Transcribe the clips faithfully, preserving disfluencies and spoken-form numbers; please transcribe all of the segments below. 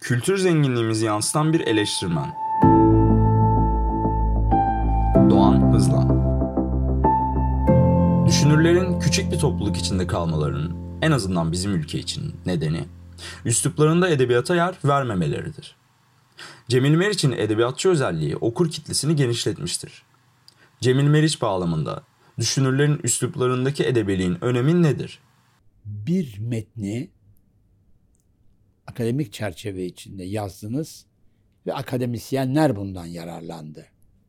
Kültür zenginliğimizi yansıtan bir eleştirmen. Doğan Hızlan. Düşünürlerin küçük bir topluluk içinde kalmalarının, en azından bizim ülke için nedeni, üsluplarında edebiyata yer vermemeleridir. Cemil Meriç'in edebiyatçı özelliği okur kitlesini genişletmiştir. Cemil Meriç bağlamında düşünürlerin üsluplarındaki edebiliğin önemi nedir? Bir metni akademik çerçeve içinde yazdınız ve akademisyenler bundan yararlandı.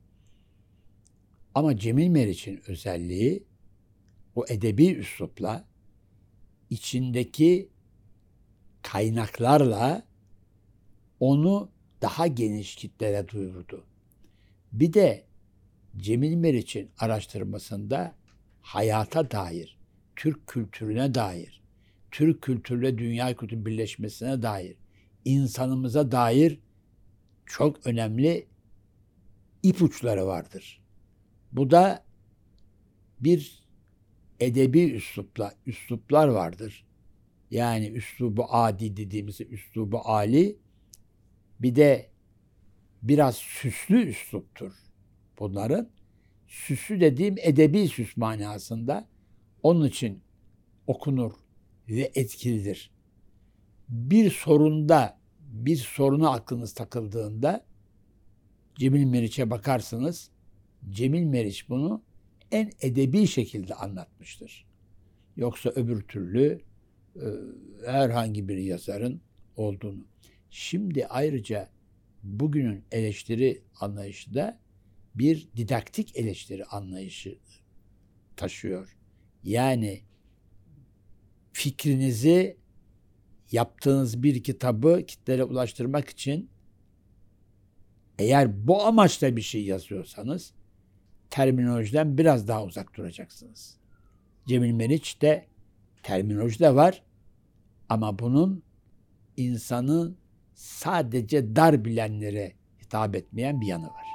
Ama Cemil Meriç'in özelliği o edebi üslupla, içindeki kaynaklarla onu daha geniş kitlere duyurdu. Bir de Cemil Meriç'in araştırmasında hayata dair, Türk kültürüne dair, Türk kültürüyle dünya kültürü birleşmesine dair, insanımıza dair çok önemli ipuçları vardır. Bu da bir edebi üslupla, üsluplar vardır. Yani üslubu adi dediğimiz üslubu âli, bir de biraz süslü üsluptur bunların. Süslü dediğim edebi süs manasında. Onun için okunur ve etkilidir. Bir sorunda, bir soruna aklınız takıldığında Cemil Meriç'e bakarsınız. Cemil Meriç bunu en edebi şekilde anlatmıştır. Yoksa öbür türlü e, herhangi bir yazarın olduğunu. Şimdi ayrıca bugünün eleştiri anlayışı da bir didaktik eleştiri anlayışı taşıyor. Yani fikrinizi yaptığınız bir kitabı kitlere ulaştırmak için eğer bu amaçla bir şey yazıyorsanız terminolojiden biraz daha uzak duracaksınız. Cemil Meriç'te terminoloji de var ama bunun insanı sadece dar bilenlere hitap etmeyen bir yanı var.